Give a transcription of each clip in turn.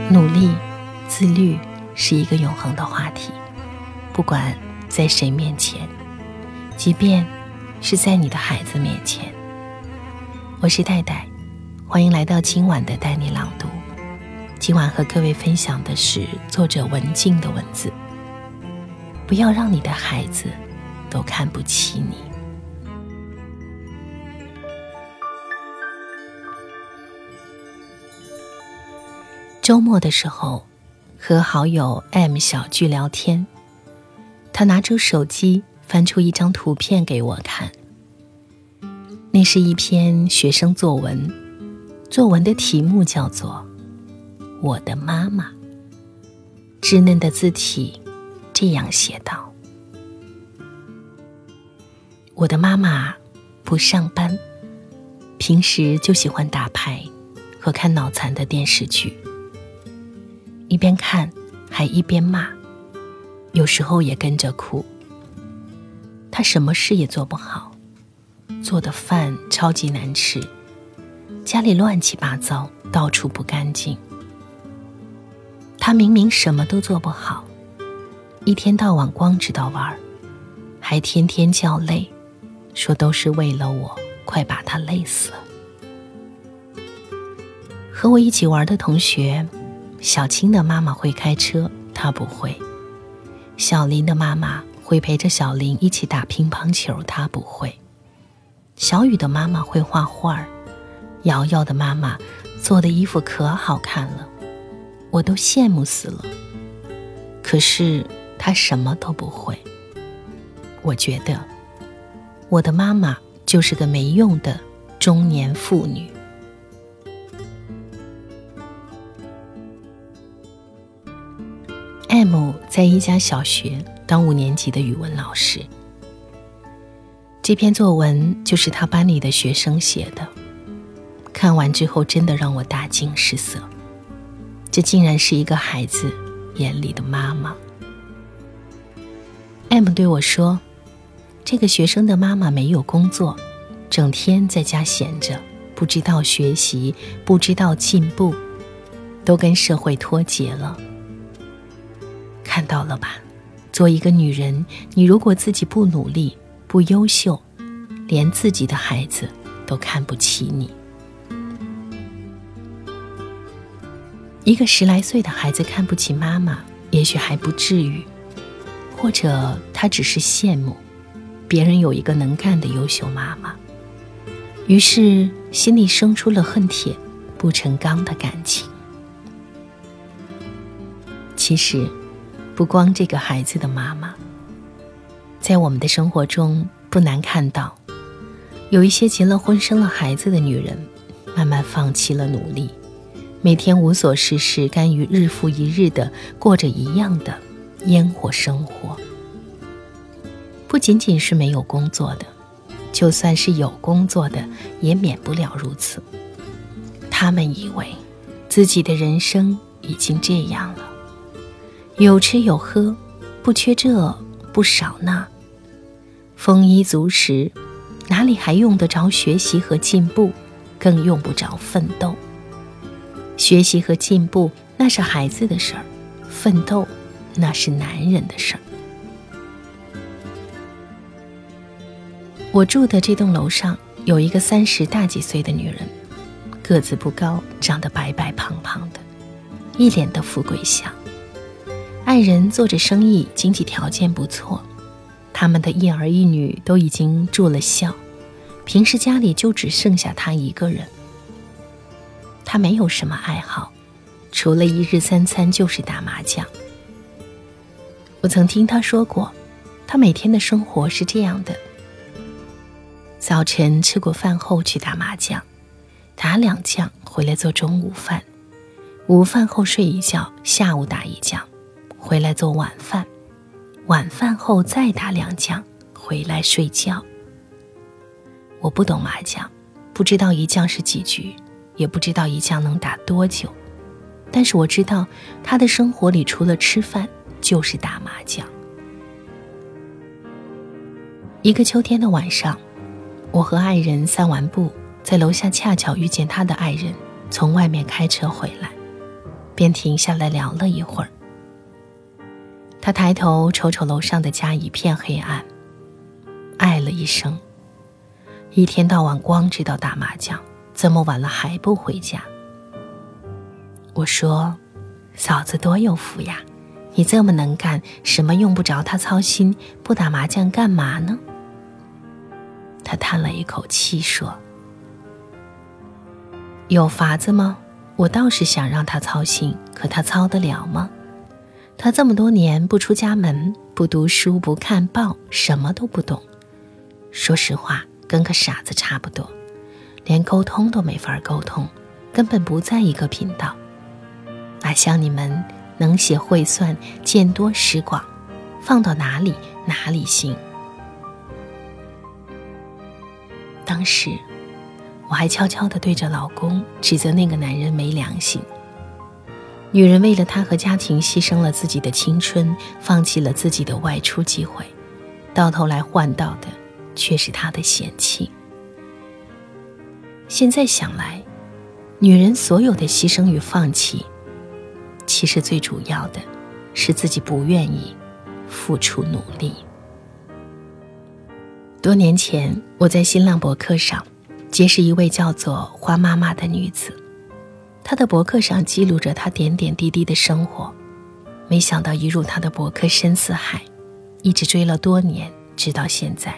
努力、自律是一个永恒的话题，不管在谁面前，即便是在你的孩子面前。我是戴戴，欢迎来到今晚的带你朗读。今晚和各位分享的是作者文静的文字。不要让你的孩子都看不起你。周末的时候，和好友 M 小聚聊天，他拿出手机翻出一张图片给我看。那是一篇学生作文，作文的题目叫做我的妈妈。稚嫩的字体这样写道：我的妈妈不上班，平时就喜欢打牌和看脑残的电视剧，一边看还一边骂，有时候也跟着哭。她什么事也做不好，做的饭超级难吃，家里乱七八糟，到处不干净。她明明什么都做不好，一天到晚光知道玩，还天天叫累，说都是为了我，快把她累死了。和我一起玩的同学，小青的妈妈会开车，她不会；小林的妈妈会陪着小林一起打乒乓球，她不会；小雨的妈妈会画画，瑶瑶的妈妈做的衣服可好看了，我都羡慕死了。可是她什么都不会。我觉得我的妈妈就是个没用的中年妇女。M 在一家小学当5年级的语文老师。这篇作文就是他班里的学生写的，看完之后真的让我大惊失色，这竟然是一个孩子眼里的妈妈。M 对我说，这个学生的妈妈没有工作，整天在家闲着，不知道学习，不知道进步，都跟社会脱节了。看到了吧，做一个女人，你如果自己不努力，不优秀，连自己的孩子都看不起你。一个10来岁的孩子看不起妈妈，也许还不至于，或者他只是羡慕别人有一个能干的优秀妈妈，于是心里生出了恨铁不成钢的感情。其实不光这个孩子的妈妈，在我们的生活中不难看到，有一些结了婚生了孩子的女人，慢慢放弃了努力，每天无所事事，甘于日复一日地过着一样的烟火生活。不仅仅是没有工作的，就算是有工作的，也免不了如此。他们以为自己的人生已经这样了，有吃有喝，不缺这不少那，丰衣足食，哪里还用得着学习和进步，更用不着奋斗。学习和进步那是孩子的事儿，奋斗那是男人的事儿。我住的这栋楼上有一个30大几岁的女人，个子不高，长得白白胖胖的，一脸的富贵相。爱人做着生意，经济条件不错，他们的1儿1女都已经住了校，平时家里就只剩下他一个人。他没有什么爱好，除了1日3餐就是打麻将。我曾听他说过，他每天的生活是这样的：早晨吃过饭后去打麻将，打2将回来做中午饭，午饭后睡一觉，下午打1将回来做晚饭，晚饭后再打2将回来睡觉。我不懂麻将，不知道1将是几局，也不知道1将能打多久，但是我知道他的生活里除了吃饭就是打麻将。一个秋天的晚上，我和爱人散完步，在楼下恰巧遇见他的爱人从外面开车回来。 便停下来聊了一会儿。他抬头瞅瞅楼上的家，一片黑暗，唉了一声，一天到晚光知道打麻将，这么晚了还不回家。我说，嫂子多有福呀，你这么能干，什么用不着他操心，不打麻将干嘛呢？他叹了一口气说，有法子吗？我倒是想让他操心，可他操得了吗？他这么多年不出家门，不读书，不看报，什么都不懂。说实话，跟个傻子差不多，连沟通都没法沟通，根本不在一个频道。哪像你们能写会算，见多识广，放到哪里哪里行。当时我还悄悄地对着老公指责那个男人没良心。女人为了他和家庭牺牲了自己的青春，放弃了自己的外出机会，到头来换到的却是他的嫌弃。现在想来，女人所有的牺牲与放弃，其实最主要的是自己不愿意付出努力。多年前，我在新浪博客上结识一位叫做花妈妈的女子，她的博客上记录着她点点滴滴的生活，没想到一入她的博客深似海，一直追了多年，直到现在。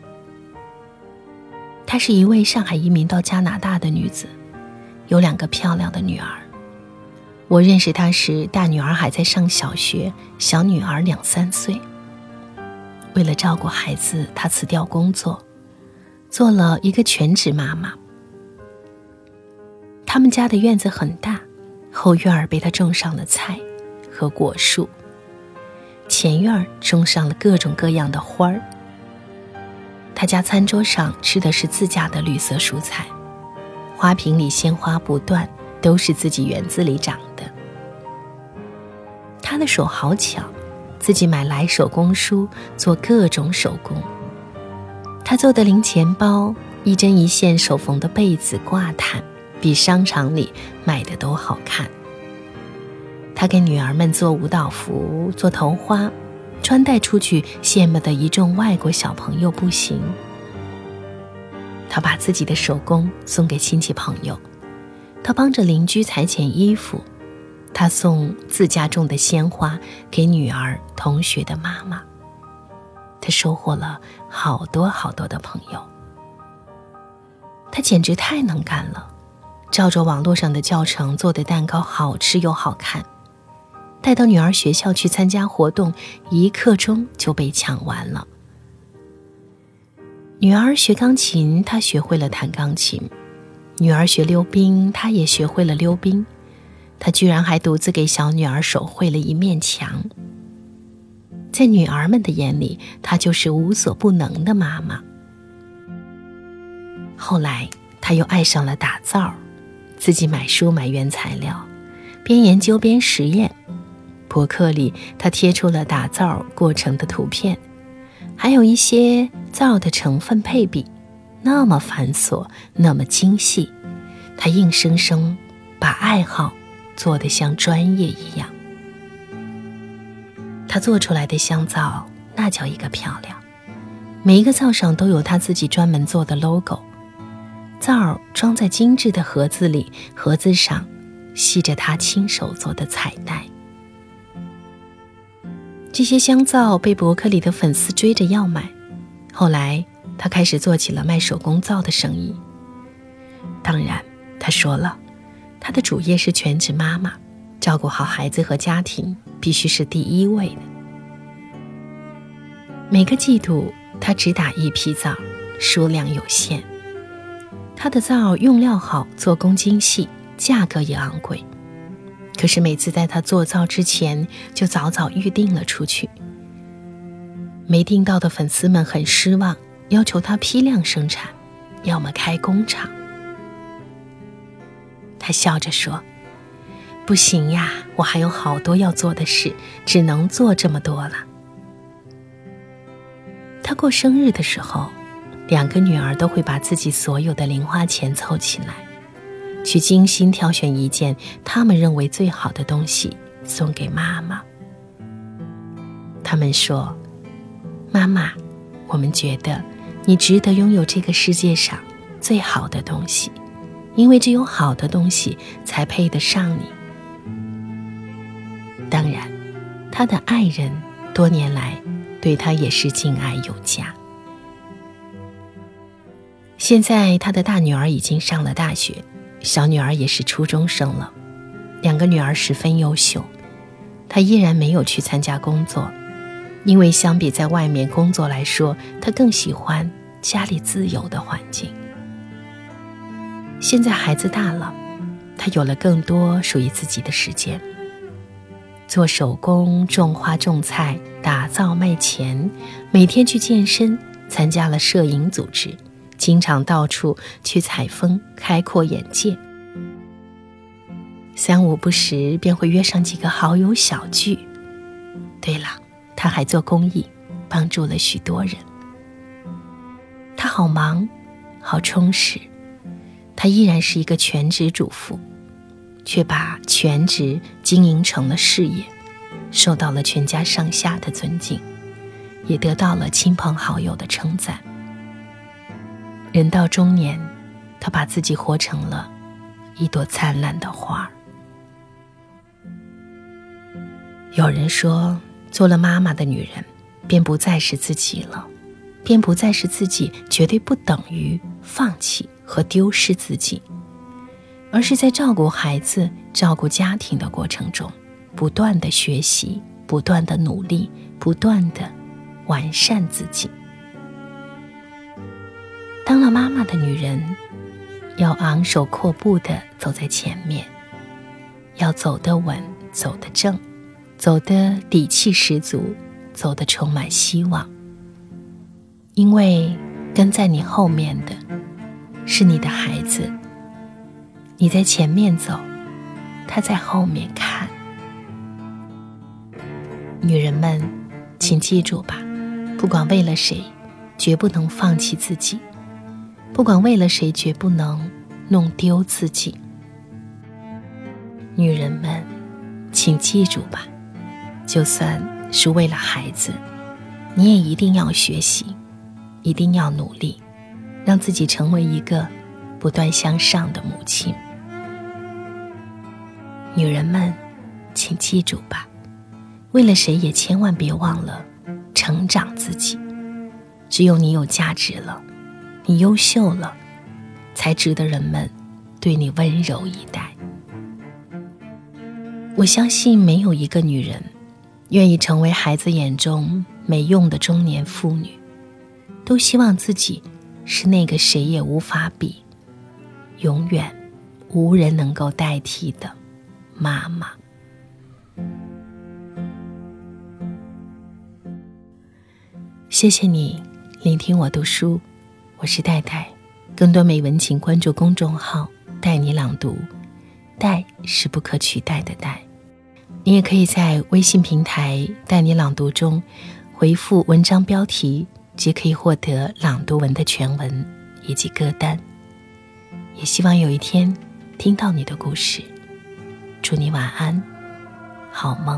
她是一位上海移民到加拿大的女子，有2个漂亮的女儿。我认识她时，大女儿还在上小学，小女儿2、3岁。为了照顾孩子，她辞掉工作，做了一个全职妈妈。他们家的院子很大，后院儿被她种上了菜和果树，前院儿种上了各种各样的花儿。他家餐桌上吃的是自家的绿色蔬菜，花瓶里鲜花不断，都是自己园子里长的。他的手好巧，自己买来手工书，做各种手工。他做的零钱包，一针一线手缝的被子、挂毯，比商场里买的都好看。他给女儿们做舞蹈服，做头花，穿戴出去羡慕的一众外国小朋友不行。他把自己的手工送给亲戚朋友，他帮着邻居裁剪衣服，他送自家种的鲜花给女儿同学的妈妈。他收获了好多好多的朋友。他简直太能干了，照着网络上的教程做的蛋糕好吃又好看，带到女儿学校去参加活动，1刻钟就被抢完了。女儿学钢琴，她学会了弹钢琴；女儿学溜冰，她也学会了溜冰。她居然还独自给小女儿手绘了一面墙。在女儿们的眼里，她就是无所不能的妈妈。后来她又爱上了打造，自己买书买原材料，边研究边实验。博客里她贴出了打造过程的图片，还有一些皂的成分配比，那么繁琐，那么精细，她硬生生把爱好做得像专业一样。她做出来的香皂那叫一个漂亮，每一个皂上都有她自己专门做的 logo， 皂装在精致的盒子里，盒子上系着她亲手做的彩带。这些香皂被博客里的粉丝追着要买，后来她开始做起了卖手工皂的生意。当然，她说了，她的主业是全职妈妈，照顾好孩子和家庭必须是第一位的。每个季度她只打1批皂，数量有限。她的皂用料好，做工精细，价格也昂贵。可是每次在她做皂之前，就早早预定了出去。没订到的粉丝们很失望，要求她批量生产，要么开工厂。她笑着说，不行呀，我还有好多要做的事，只能做这么多了。她过生日的时候，2个女儿都会把自己所有的零花钱凑起来， 去精心挑选一件他们认为最好的东西送给妈妈。他们说，妈妈，我们觉得你值得拥有这个世界上最好的东西，因为只有好的东西才配得上你。当然，他的爱人多年来对他也是敬爱有加。现在他的大女儿已经上了大学，小女儿也是初中生了，两个女儿十分优秀。他依然没有去参加工作，因为相比在外面工作来说，他更喜欢家里自由的环境。现在孩子大了，他有了更多属于自己的时间，做手工、种花种菜、打造卖钱，每天去健身，参加了摄影组织，经常到处去采风，开阔眼界。三五不时便会约上几个好友小聚。对了，他还做公益，帮助了许多人。他好忙，好充实。他依然是一个全职主妇，却把全职经营成了事业，受到了全家上下的尊敬，也得到了亲朋好友的称赞。人到中年，他把自己活成了一朵灿烂的花。有人说，做了妈妈的女人便不再是自己了，便不再是自己，绝对不等于放弃和丢失自己，而是在照顾孩子、照顾家庭的过程中，不断的学习，不断的努力，不断的完善自己。当了妈妈的女人，要昂首阔步地走在前面，要走得稳，走得正，走得底气十足，走得充满希望。因为跟在你后面的是你的孩子，你在前面走，他在后面看。女人们，请记住吧，不管为了谁，绝不能放弃自己，不管为了谁，绝不能弄丢自己。女人们，请记住吧，就算是为了孩子，你也一定要学习，一定要努力，让自己成为一个不断向上的母亲。女人们，请记住吧，为了谁也千万别忘了成长自己。只有你有价值了，你优秀了，才值得人们对你温柔以待。我相信没有一个女人愿意成为孩子眼中没用的中年妇女，都希望自己是那个谁也无法比，永远无人能够代替的妈妈。谢谢你聆听我读书，我是戴戴。更多美文请关注公众号带你朗读，戴是不可取代的戴。你也可以在微信平台带你朗读中回复文章标题，即可以获得朗读文的全文以及歌单。也希望有一天听到你的故事。祝你晚安，好梦。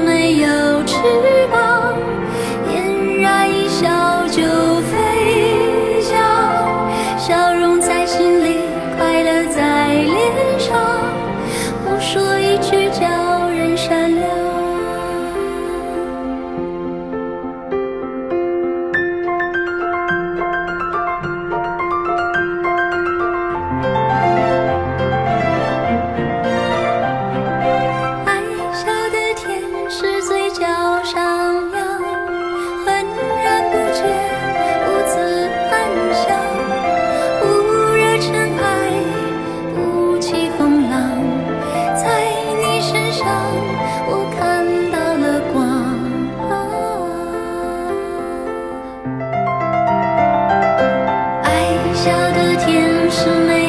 翅膀，嫣然一笑就飞。 是没